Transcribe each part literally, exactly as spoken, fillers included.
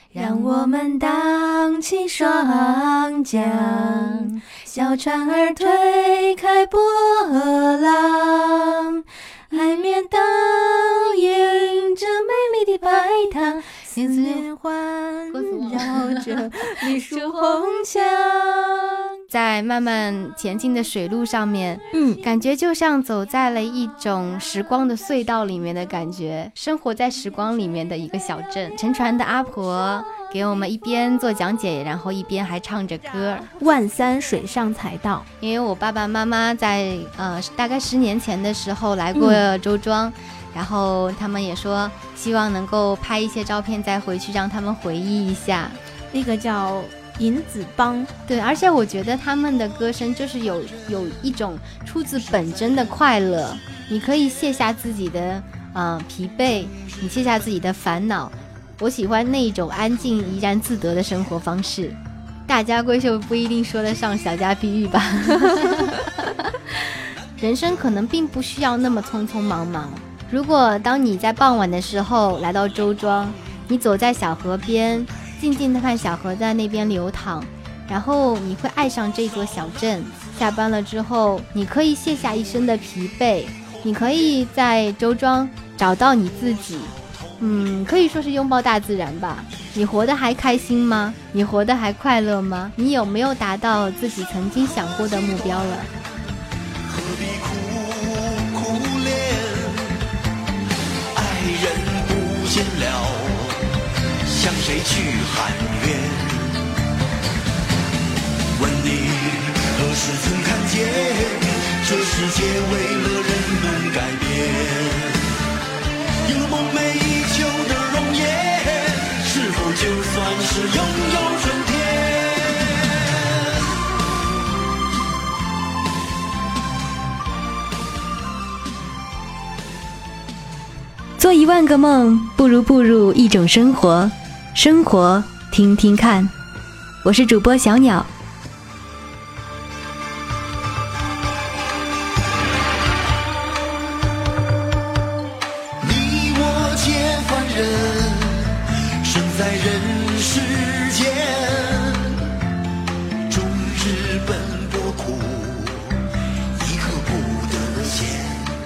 让我们荡起双桨，小船儿推开波浪，海面倒映着美丽的白塘，丝连环绕着绿树红墙。 在慢慢前进的水路上面， 嗯， 感觉就像走在了一种时光的隧道里面的感觉，生活在时光里面的一个小镇。乘船的阿婆给我们一边做讲解，然后一边还唱着歌。 万三水上才到， 因为我爸爸妈妈在呃大概十年前的时候来过周庄、嗯、然后他们也说希望能够拍一些照片再回去让他们回忆一下。 那个叫银子帮， 对，而且我觉得他们的歌声就是有有一种出自本真的快乐，你可以卸下自己的呃疲惫，你卸下自己的烦恼。我喜欢那一种安静怡然自得的生活方式。大家闺秀不一定说得上小家碧玉吧人生可能并不需要那么匆匆忙忙。如果当你在傍晚的时候来到周庄，你走在小河边，静静地看小河在那边流淌，然后你会爱上这座小镇。下班了之后，你可以卸下一身的疲惫，你可以在周庄找到你自己，嗯，可以说是拥抱大自然吧。你活得还开心吗？你活得还快乐吗？你有没有达到自己曾经想过的目标了？ 何必苦苦恋，爱人不见了，向谁去喊冤？问你何时曾看见这世界为了人们改变？有了梦寐以求的容颜，是否就算是拥有春天？ 做一万个梦，不如步入一种生活。生活听听看，我是主播小鸟。 你我皆凡人，生在人世间，终日奔波苦，一刻不得闲。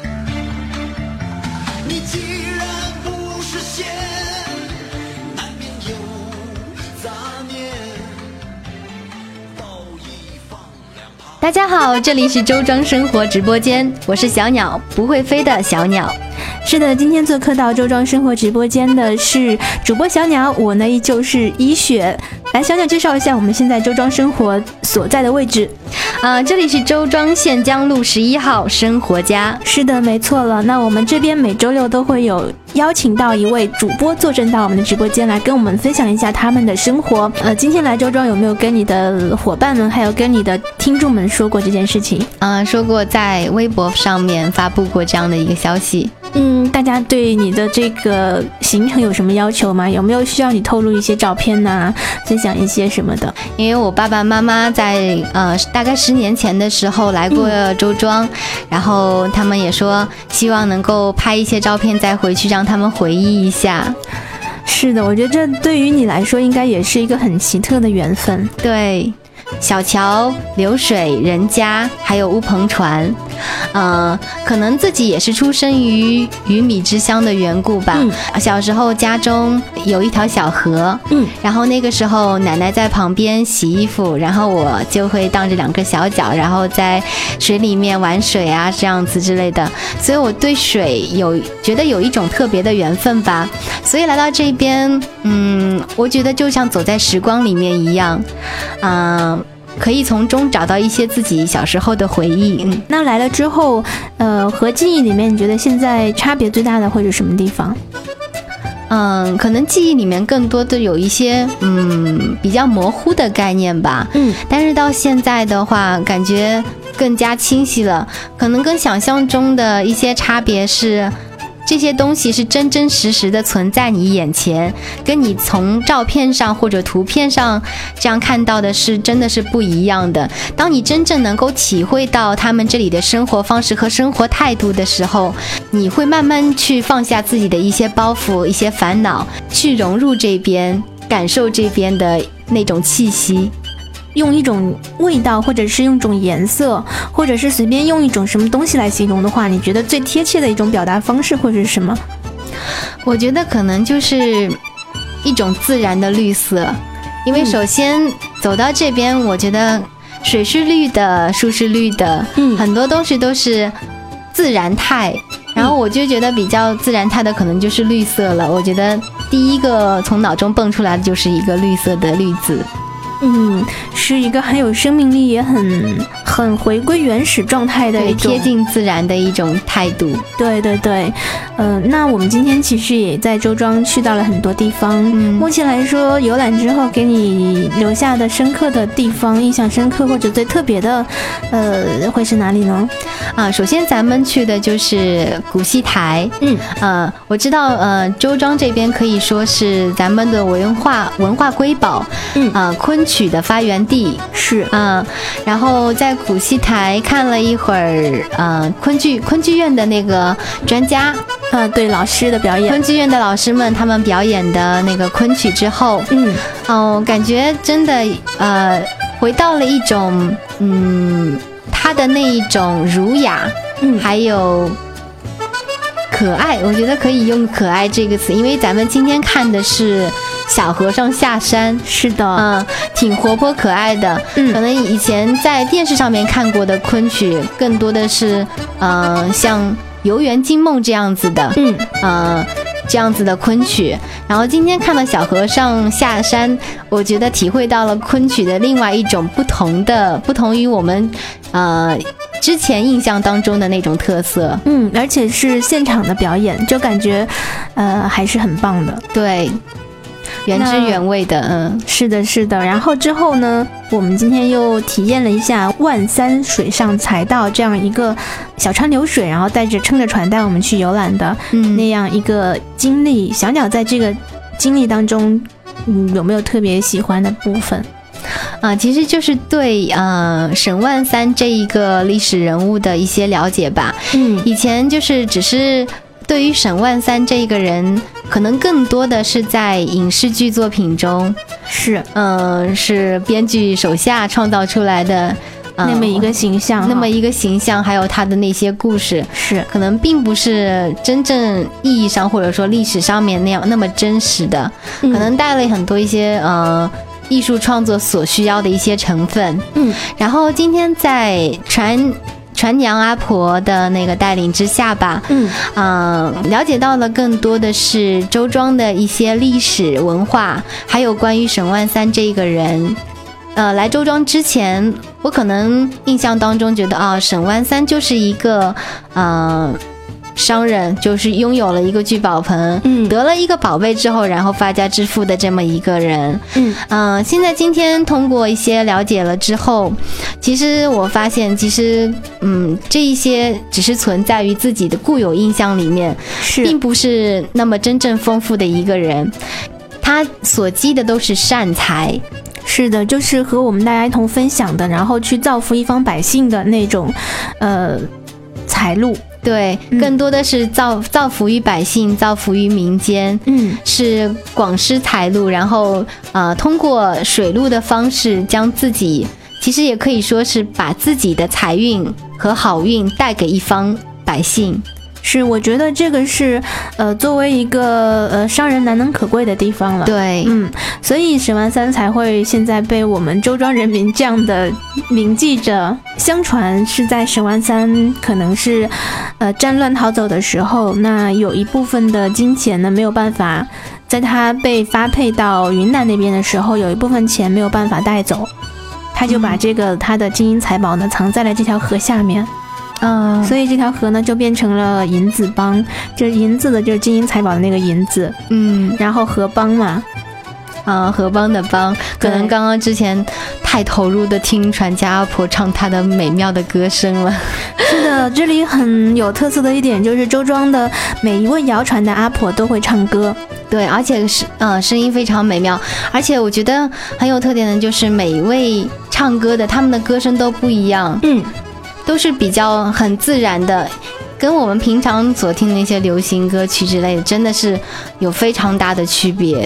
你既然不实现，难免有杂念，道义放两旁。 大家好，这里是周庄生活直播间，我是小鸟，不会飞的小鸟。 是的，今天做客到周庄生活直播间的是主播小鸟，我呢依旧是一雪。来，小鸟介绍一下我们现在周庄生活所在的位置。 啊、呃，这里是周庄县江路十一号生活家。 是的，没错了。那我们这边每周六都会有邀请到一位主播坐镇到我们的直播间来跟我们分享一下他们的生活。呃，今天来周庄有没有跟你的伙伴们还有跟你的听众们说过这件事情？ 啊、呃，说过，在微博上面发布过这样的一个消息。 嗯，大家对你的这个行程有什么要求吗？有没有需要你透露一些照片呐、分享一些什么的？ 因为我爸爸妈妈在呃大概十年前的时候来过周庄、嗯、然后他们也说希望能够拍一些照片再回去让他们回忆一下。 是的，我觉得这对于你来说应该也是一个很奇特的缘分。 对，小桥流水人家还有乌篷船，呃，可能自己也是出生于鱼米之乡的缘故吧、嗯、小时候家中有一条小河，嗯，然后那个时候奶奶在旁边洗衣服，然后我就会荡着两个小脚，然后在水里面玩水啊这样子之类的，所以我对水有觉得有一种特别的缘分吧。所以来到这边，嗯，我觉得就像走在时光里面一样，嗯、呃可以从中找到一些自己小时候的回忆。嗯， 那来了之后，呃，和记忆里面，你觉得现在差别最大的会是什么地方？ 嗯，可能记忆里面更多的有一些嗯比较模糊的概念吧。嗯，但是到现在的话，感觉更加清晰了。可能跟想象中的一些差别是，这些东西是真真实实的存在你眼前，跟你从照片上或者图片上这样看到的是真的是不一样的。当你真正能够体会到他们这里的生活方式和生活态度的时候，你会慢慢去放下自己的一些包袱一些烦恼，去融入这边， 感受这边的那种气息。 用一种味道，或者是用一种颜色，或者是随便用一种什么东西来形容的话，你觉得最贴切的一种表达方式会是什么？ 我觉得可能就是一种自然的绿色，因为首先走到这边，我觉得水是绿的，树是绿的，嗯，很多东西都是自然态，然后我就觉得比较自然态的可能就是绿色了。我觉得第一个从脑中蹦出来的就是一个绿色的绿字。 嗯，是一个很有生命力，也很很回归原始状态的一种贴近自然的一种态度。 对对对，嗯、呃，那我们今天其实也在周庄去到了很多地方。嗯，目前来说，游览之后给你留下的深刻的地方、印象深刻或者最特别的，呃，会是哪里呢？ 啊，首先咱们去的就是古戏台。嗯，呃，我知道，呃，周庄这边可以说是咱们的文化文化瑰宝。嗯，啊、呃，昆曲的发源地是。 嗯、呃，然后在古戏台看了一会儿，呃，昆剧昆剧院的那个专家， 呃，对老师的表演， 昆剧院的老师们他们表演的那个昆曲之后，嗯，哦、呃，感觉真的，呃，回到了一种，嗯。他的那一种儒雅，嗯，还有可爱，我觉得可以用可爱这个词，因为咱们今天看的是小和尚下山， 是的， 嗯，挺活泼可爱的，嗯，可能以前在电视上面看过的昆曲，更多的是，呃，像游园惊梦这样子的，嗯，呃。这样子的昆曲，然后今天看了小和尚下山，我觉得体会到了昆曲的另外一种不同的，不同于我们呃之前印象当中的那种特色。 嗯，而且是现场的表演，就感觉呃还是很棒的。 对，原汁原味的。嗯， 是的，是的。然后之后呢，我们今天又体验了一下万三水上财道这样一个小船流水，然后带着撑着船带我们去游览的、嗯、那样一个经历。小鸟在这个经历当中，嗯，有没有特别喜欢的部分？ 啊、呃，其实就是对呃沈万三这一个历史人物的一些了解吧。嗯，以前就是只是对于沈万三这个人，可能更多的是在影视剧作品中， 是嗯、呃、是编剧手下创造出来的。 嗯、那么一个形象， 那么一个形象，还有他的那些故事， 是可能并不是真正意义上或者说历史上面那样那么真实的，嗯、可能带了很多一些呃艺术创作所需要的一些成分。嗯，然后今天在传传娘阿婆的那个带领之下吧，嗯，呃，了解到了更多的是周庄的一些历史文化，还有关于沈万三这个人。呃，来周庄之前，我可能印象当中觉得啊，沈万三就是一个呃商人，就是拥有了一个聚宝盆，嗯，得了一个宝贝之后，然后发家致富的这么一个人，嗯，呃，现在今天通过一些了解了之后，其实我发现，其实嗯，这一些只是存在于自己的固有印象里面， 是， 并不是那么真正丰富的一个人，他所积的都是善财。 是的，就是和我们大家一同分享的，然后去造福一方百姓的那种，呃，财路。 对，嗯、更多的是造造福于百姓，造福于民间。嗯，是广施财路，然后呃，通过水路的方式，将自己其实也可以说是把自己的财运和好运带给一方百姓。 是，我觉得这个是，呃，作为一个呃商人难能可贵的地方了。 对， 嗯，所以沈万三才会现在被我们周庄人民这样的铭记着。相传是在沈万三可能是，呃，战乱逃走的时候，那有一部分的金钱呢没有办法，在他被发配到云南那边的时候，有一部分钱没有办法带走，他就把这个他的金银财宝呢藏在了这条河下面。嗯，所以这条河呢就变成了银子帮，就是银子的就是金银财宝的那个银子，嗯，然后河帮嘛， 啊，河帮的帮，可能刚刚之前太投入的听传家阿婆唱她的美妙的歌声了。 是的，这里很有特色的一点就是周庄的每一位谣传的阿婆都会唱歌。 对，而且是呃声音非常美妙，而且我觉得很有特点的就是每一位唱歌的他们的歌声都不一样，嗯。都是比较很自然的，跟我们平常所听的那些流行歌曲之类的，真的是有非常大的区别。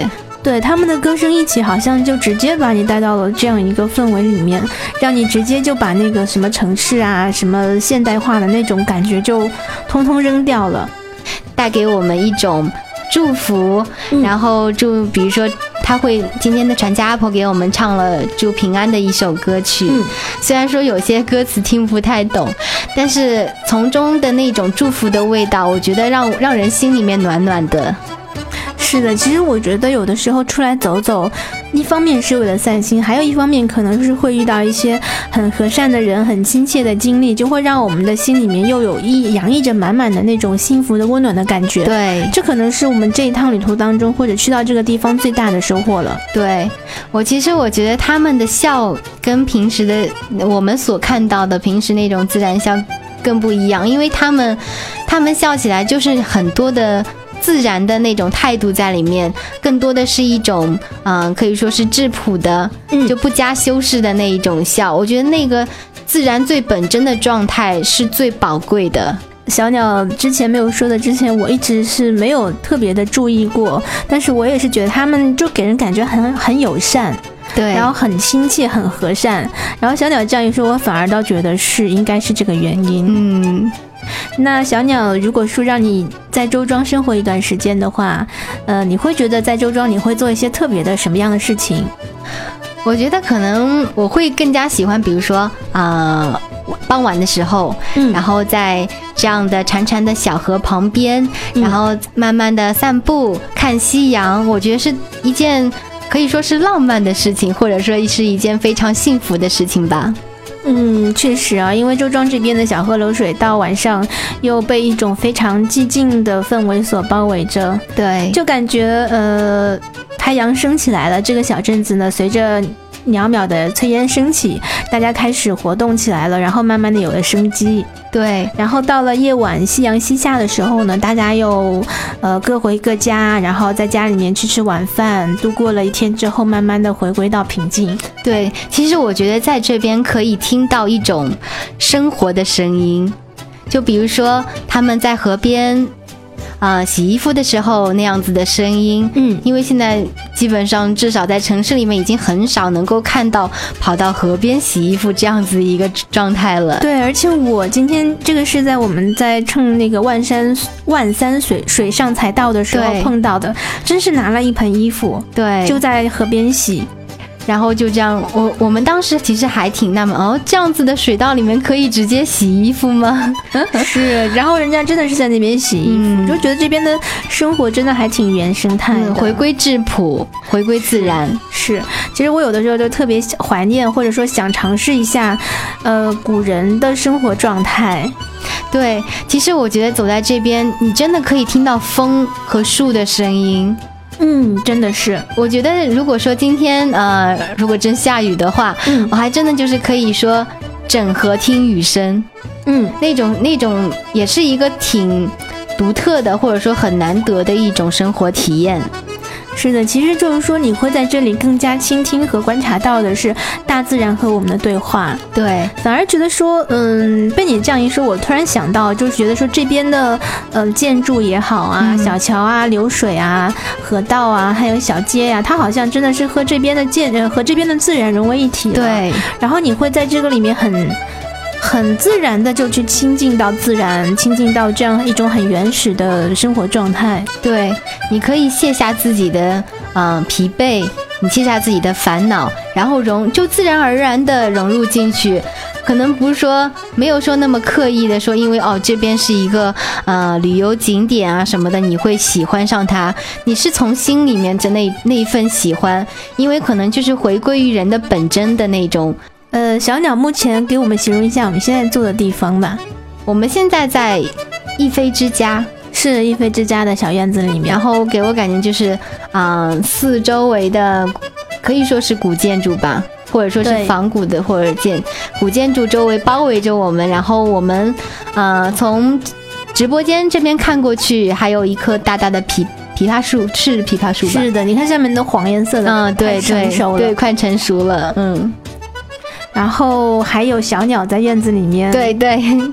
对，他们的歌声一起，好像就直接把你带到了这样一个氛围里面，让你直接就把那个什么城市啊、什么现代化的那种感觉就通通扔掉了， 带给我们一种祝福。嗯、然后祝，比如说他会今天的传家阿婆给我们唱了祝平安的一首歌曲，嗯、虽然说有些歌词听不太懂，但是从中的那种祝福的味道，我觉得让让人心里面暖暖的。 是的，其实我觉得有的时候出来走走，一方面是为了散心，还有一方面可能是会遇到一些很和善的人，很亲切的经历，就会让我们的心里面又有一洋溢着满满的那种幸福的温暖的感觉。 对， 这可能是我们这一趟旅途当中，或者去到这个地方最大的收获了。 对，我其实我觉得他们的笑跟平时的我们所看到的平时那种自然笑更不一样，因为他们他们笑起来就是很多的自然的那种态度在里面，更多的是一种嗯、呃，可以说是质朴的，就不加修饰的那一种笑。我觉得那个自然最本真的状态是最宝贵的。 小鸟之前没有说的之前，我一直是没有特别的注意过，但是我也是觉得他们就给人感觉很很友善， 对， 然后很亲切很和善。然后小鸟这样一说，我反而倒觉得是应该是这个原因。 嗯， 那小鸟，如果说让你在周庄生活一段时间的话，呃，你会觉得在周庄你会做一些特别的什么样的事情？ 我觉得可能我会更加喜欢，比如说啊、呃，傍晚的时候，嗯，然后在这样的潺潺的小河旁边，嗯、然后慢慢的散步看夕阳，我觉得是一件可以说是浪漫的事情，或者说是一件非常幸福的事情吧。 嗯，确实啊，因为周庄这边的小河流水到晚上又被一种非常寂静的氛围所包围着， 对， 就感觉呃太阳升起来了，这个小镇子呢随着袅袅的炊烟升起，大家开始活动起来了，然后慢慢的有了生机。 对， 然后到了夜晚夕阳西下的时候呢，大家又呃各回各家，然后在家里面吃吃晚饭，度过了一天之后，慢慢的回归到平静。 对，其实我觉得在这边可以听到一种生活的声音，就比如说他们在河边啊、呃，洗衣服的时候那样子的声音，嗯，因为现在基本上至少在城市里面已经很少能够看到跑到河边洗衣服这样子一个状态了。 对，而且我今天这个是在我们在乘那个万山万山水水上才到的时候碰到的，真是拿了一盆衣服， 对， 就在河边洗。 然后就这样，我我们当时其实还挺纳闷，哦，这样子的水道里面可以直接洗衣服吗？ 是，然后人家真的是在那边洗衣服，嗯、就觉得这边的生活真的还挺原生态的， 嗯、回归质朴，回归自然。 是，其实我有的时候就特别怀念，或者说想尝试一下，呃，古人的生活状态。 对，其实我觉得走在这边，你真的可以听到风和树的声音。 嗯，真的是， 我觉得如果说今天呃，如果真下雨的话，嗯，我还真的就是可以说整河听雨声，嗯，那种那种也是一个挺独特的，或者说很难得的一种生活体验。 是的，其实就是说你会在这里更加倾听和观察到的是大自然和我们的对话。 对， 反而觉得说，嗯，被你这样一说，我突然想到，就是觉得说这边的，呃，建筑也好啊，嗯、小桥啊、流水啊、河道啊，还有小街呀、啊，它好像真的是和这边的建呃和这边的自然融为一体了。 对， 然后你会在这个里面很。很自然的就去亲近到自然，亲近到这样一种很原始的生活状态。 对，你可以卸下自己的嗯、呃、疲惫，你卸下自己的烦恼，然后融就自然而然的融入进去。可能不是说没有说那么刻意的说，因为哦这边是一个呃旅游景点啊什么的，你会喜欢上它。你是从心里面的那那一份喜欢，因为可能就是回归于人的本真的那种。 呃，小鸟目前给我们形容一下我们现在住的地方吧。 我们现在在一飞之家， 是一飞之家的小院子里面， 然后给我感觉就是啊、呃，四周围的可以说是古建筑吧，或者说是仿古的或者建古建筑周围包围着我们，然后我们呃从直播间这边看过去，还有一棵大大的枇枇杷树，是枇杷树吧？ 是的，你看下面都黄颜色的， 嗯，对对对，快成熟了，嗯。 然后还有小鸟在院子里面， 对对，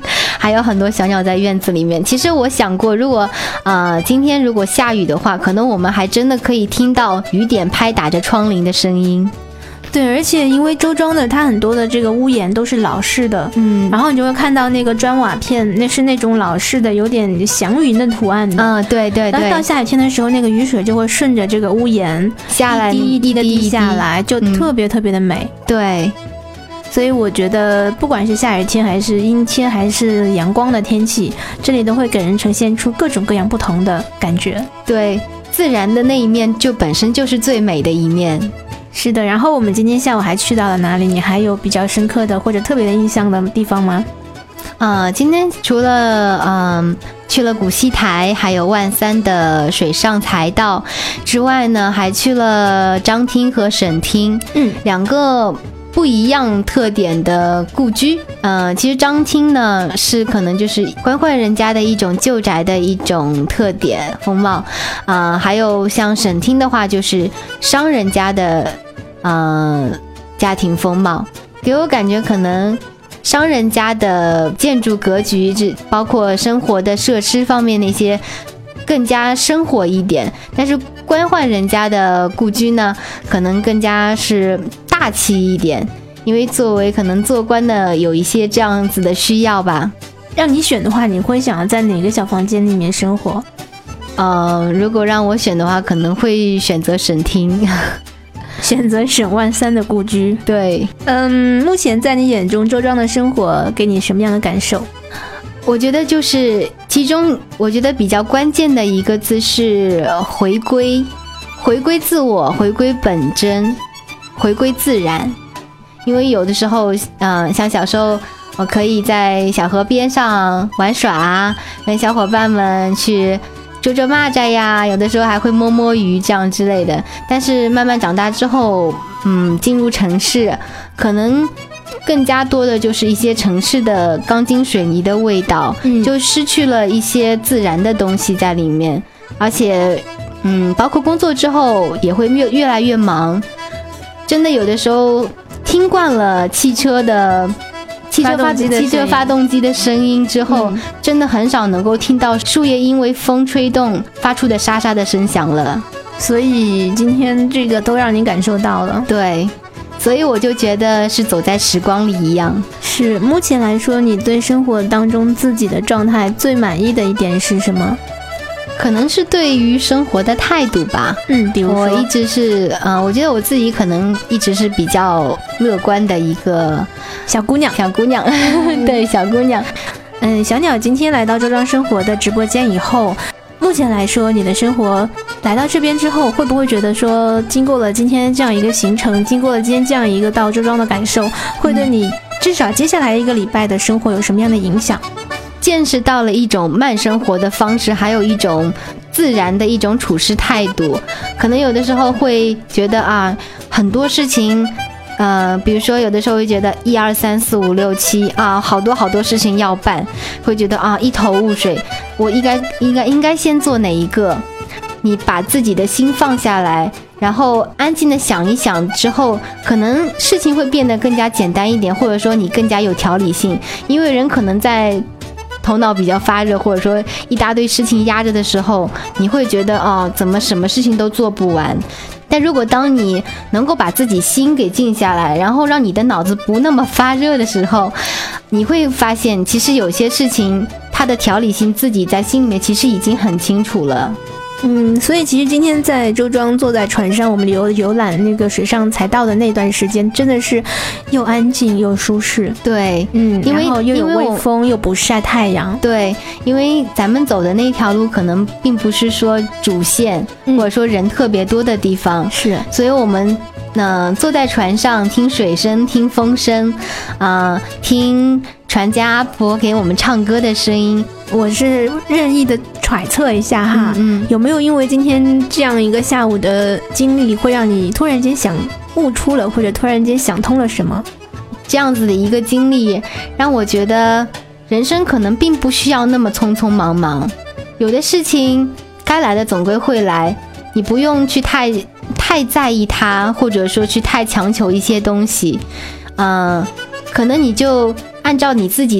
还有很多小鸟在院子里面。其实我想过，如果呃今天如果下雨的话，可能我们还真的可以听到雨点拍打着窗棂的声音。 对，而且因为周庄的它很多的这个屋檐都是老式的， 嗯， 然后你就会看到那个砖瓦片，那是那种老式的有点祥云的图案的。 嗯，对对对。 然后到下雨天的时候，那个雨水就会顺着这个屋檐下来， 一滴一滴的滴下来，就特别特别的美。 嗯、对。 所以我觉得，不管是下雨天还是阴天还是阳光的天气，这里都会给人呈现出各种各样不同的感觉。 对，自然的那一面就本身就是最美的一面。 是的，然后我们今天下午还去到了哪里？你还有比较深刻的或者特别的印象的地方吗？ 呃，今天除了嗯、呃、去了古稀台，还有万三的水上财道之外呢，还去了张厅和沈厅，嗯，两个不一样特点的故居。呃，其实张厅呢是可能就是官宦人家的一种旧宅的一种特点风貌，呃，还有像沈厅的话就是商人家的呃家庭风貌，给我感觉可能商人家的建筑格局，包括生活的设施方面那些更加生活一点，但是官宦人家的故居呢可能更加是大气一点，因为作为可能做官的有一些这样子的需要吧。 让你选的话，你会想要在哪个小房间里面生活？ 呃，如果让我选的话，可能会选择沈厅。 选择沈万三的故居。 对， 嗯，目前在你眼中周庄的生活给你什么样的感受？ 我觉得就是其中我觉得比较关键的一个字是回归，回归自我，回归本真，回归自然。因为有的时候嗯、呃，像小时候我可以在小河边上玩耍，跟小伙伴们去捉捉蚂蚱呀，有的时候还会摸摸鱼这样之类的。但是慢慢长大之后，嗯，进入城市，可能更加多的就是一些城市的钢筋水泥的味道，嗯，就失去了一些自然的东西在里面。而且，嗯，包括工作之后也会越越来越忙，真的有的时候听惯了汽车的。汽车发汽车发动机的声音之后、嗯、真的很少能够听到树叶因为风吹动发出的沙沙的声响了， 所以今天这个都让你感受到了。 对，所以我就觉得是走在时光里一样。 是，目前来说你对生活当中自己的状态最满意的一点是什么？ 可能是对于生活的态度吧。 嗯，比如说我一直是嗯、呃，我觉得我自己可能一直是比较乐观的一个小姑娘小姑娘对，小姑娘。 嗯，小鸟今天来到周庄生活的直播间以后，目前来说你的生活来到这边之后，会不会觉得说经过了今天这样一个行程，经过了今天这样一个到周庄的感受，会对你至少接下来一个礼拜的生活有什么样的影响？ 见识到了一种慢生活的方式，还有一种自然的一种处事态度。可能有的时候会觉得啊，很多事情呃，比如说有的时候会觉得一二三四五六七啊，好多好多事情要办，会觉得啊一头雾水，我应该应该应该先做哪一个？你把自己的心放下来，然后安静的想一想之后，可能事情会变得更加简单一点，或者说你更加有条理性。因为人可能在头脑比较发热，或者说一大堆事情压着的时候，你会觉得哦，怎么什么事情都做不完。但如果当你能够把自己心给静下来，然后让你的脑子不那么发热的时候，你会发现其实有些事情它的条理性自己在心里面其实已经很清楚了。 嗯，所以其实今天在周庄坐在船上，我们游游览那个水上财道的那段时间，真的是又安静又舒适。 对， 嗯， 因为然后又有微风，又不晒太阳。 对，因为咱们走的那条路可能并不是说主线，嗯、或者说人特别多的地方， 是， 所以我们呢、呃、坐在船上听水声，听风声，啊、呃，听船家阿婆给我们唱歌的声音。 我是任意的揣测一下哈， 嗯嗯， 有没有因为今天这样一个下午的经历，会让你突然间想悟出了，或者突然间想通了什么？ 这样子的一个经历，让我觉得人生可能并不需要那么匆匆忙忙，有的事情该来的总归会来，你不用去太太在意它，或者说去太强求一些东西，嗯、呃，可能你就按照你自己的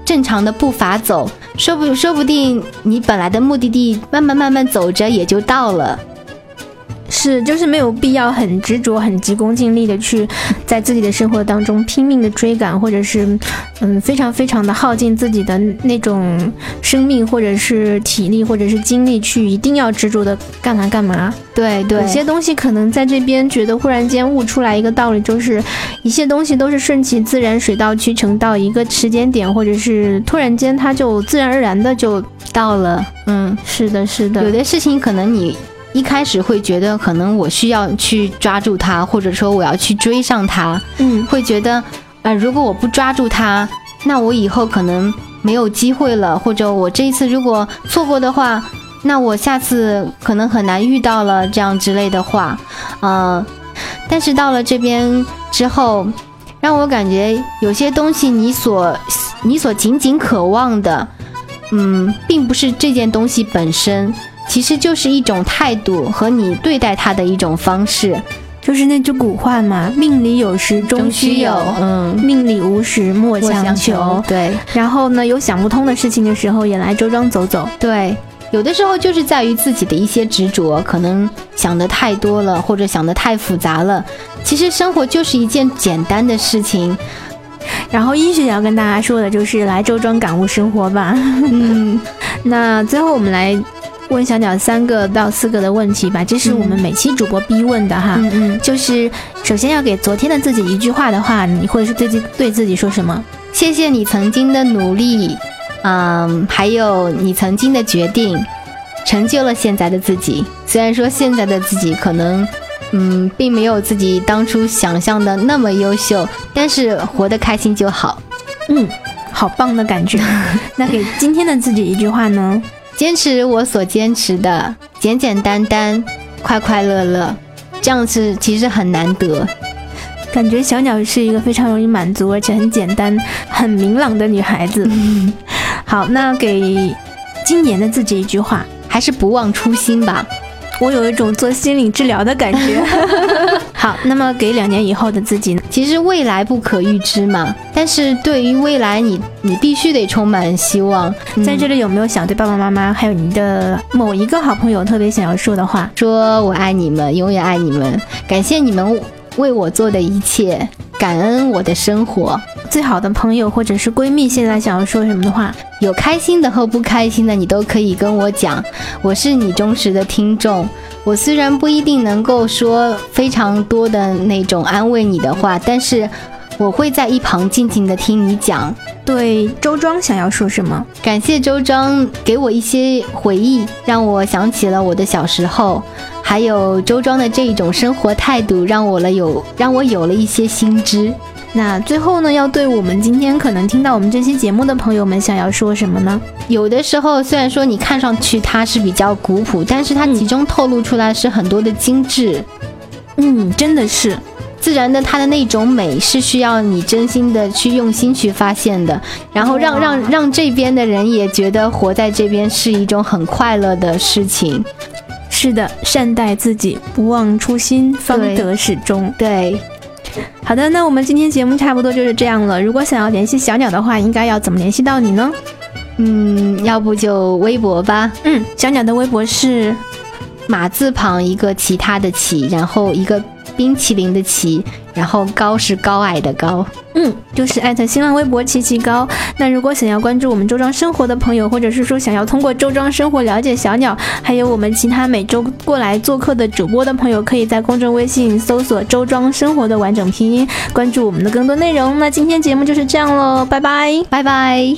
正常的步伐走，说不说不定你本来的目的地慢慢慢慢走着也就到了。 是，就是没有必要很执着、很急功近利的去在自己的生活当中拼命的追赶，或者是嗯非常非常的耗尽自己的那种生命，或者是体力，或者是精力去一定要执着的干嘛干嘛。 对对， 有些东西可能在这边觉得忽然间悟出来一个道理，就是一些东西都是顺其自然、水到渠成，到一个时间点，或者是突然间它就自然而然的就到了。嗯， 是的，是的。 有的事情可能你一开始会觉得可能我需要去抓住它，或者说我要去追上它， 嗯， 会觉得呃，如果我不抓住它，那我以后可能没有机会了，或者我这一次如果错过的话，那我下次可能很难遇到了，这样之类的话，呃，但是到了这边之后，让我感觉有些东西你所你所紧紧渴望的，嗯，并不是这件东西本身，其实就是一种态度和你对待它的一种方式。 就是那句古话嘛，命里有时终须有， 嗯， 命里无时莫强求。 对， 然后呢，有想不通的事情的时候，也来周庄走走。 对，有的时候就是在于自己的一些执着，可能想得太多了，或者想得太复杂了。其实生活就是一件简单的事情。 然后医学要跟大家说的就是来周庄感悟生活吧。 嗯， 那最后我们来问小鸟三个到四个的问题吧，这是我们每期主播必问的哈。 嗯嗯， 就是首先要给昨天的自己一句话的话，你会是对自对自己说什么？ 谢谢你曾经的努力，嗯，还有你曾经的决定，成就了现在的自己。虽然说现在的自己可能嗯，并没有自己当初想象的那么优秀，但是活得开心就好。 嗯，好棒的感觉。那给今天的自己一句话呢？ 坚持我所坚持的，简简单单，快快乐乐，这样子其实很难得。 感觉小鸟是一个非常容易满足而且很简单很明朗的女孩子。好，那给今年的自己一句话， 还是不忘初心吧。 我有一种做心理治疗的感觉。好，那么给两年以后的自己呢？ 其实未来不可预知嘛，但是对于未来你你必须得充满希望。 嗯、在这里有没有想对爸爸妈妈还有你的某一个好朋友特别想要说的话？ 说我爱你们，永远爱你们，感谢你们为我做的一切，感恩我的生活。 最好的朋友或者是闺蜜现在想要说什么的话？ 有开心的和不开心的你都可以跟我讲，我是你忠实的听众。我虽然不一定能够说非常多的那种安慰你的话，但是我会在一旁静静的听你讲。 对周庄想要说什么？ 感谢周庄给我一些回忆，让我想起了我的小时候，还有周庄的这一种生活态度，让我了有让我有了一些新知。 那最后呢，要对我们今天可能听到我们这期节目的朋友们想要说什么呢？ 有的时候虽然说你看上去它是比较古朴，但是它其中透露出来是很多的精致。 嗯，真的是自然的，它的那种美是需要你真心的去用心去发现的，然后让让让这边的人也觉得活在这边是一种很快乐的事情。 是的，善待自己，不忘初心，方得始终。 对。 好的，那我们今天节目差不多就是这样了。如果想要联系小鸟的话，应该要怎么联系到你呢？ 嗯，要不就微博吧。 嗯，小鸟的微博是马字旁一个其他的其，然后一个冰淇淋的淇，然后高是高矮的高。 嗯，就是艾特新浪微博奇奇高。那如果想要关注我们周庄生活的朋友，或者是说想要通过周庄生活了解小鸟，还有我们其他每周过来做客的主播的朋友，可以在公众微信搜索周庄生活的完整拼音，关注我们的更多内容。那今天节目就是这样咯，拜拜拜拜。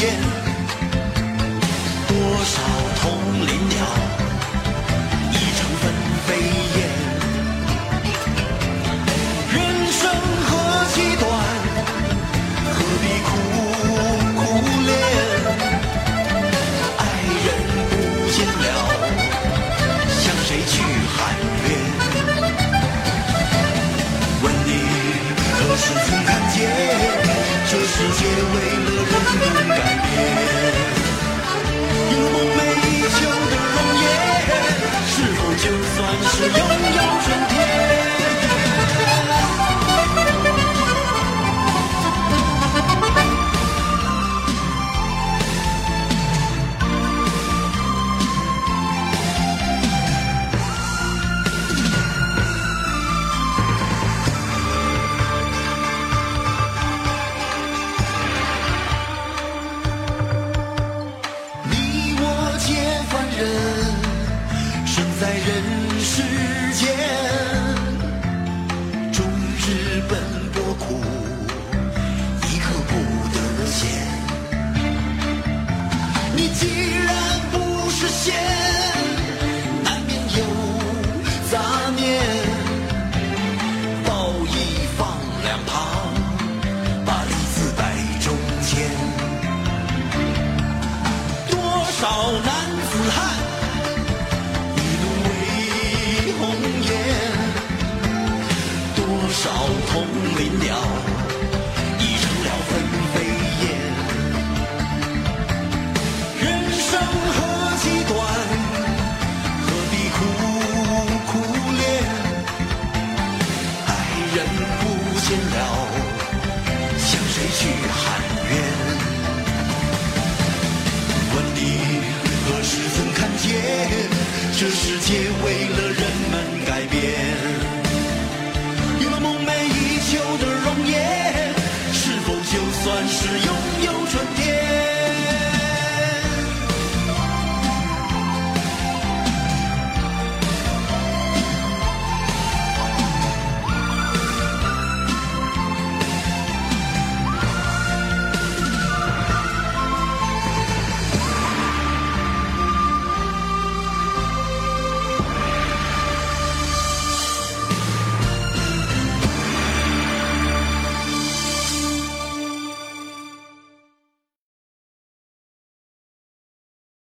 烟，多少同林鸟已成纷飞燕。人生何其短，何必苦苦恋？爱人不见了，向谁去喊冤？问你何时曾看见，这世界为了人们改变？有了梦寐以求的容颜，是否就算是拥有春天？在人世间，终日奔波苦，一刻不得闲。你既然不是仙，难免有杂念，道义放两旁，把利字摆中间。多少男子汉多少同林鸟已成了纷飞燕。人生何其短，何必苦苦恋？爱人不见了，向谁去喊冤？问你何时曾看见，这世界为了人们改变？有了梦寐以求的容颜，是否就算是拥有春天？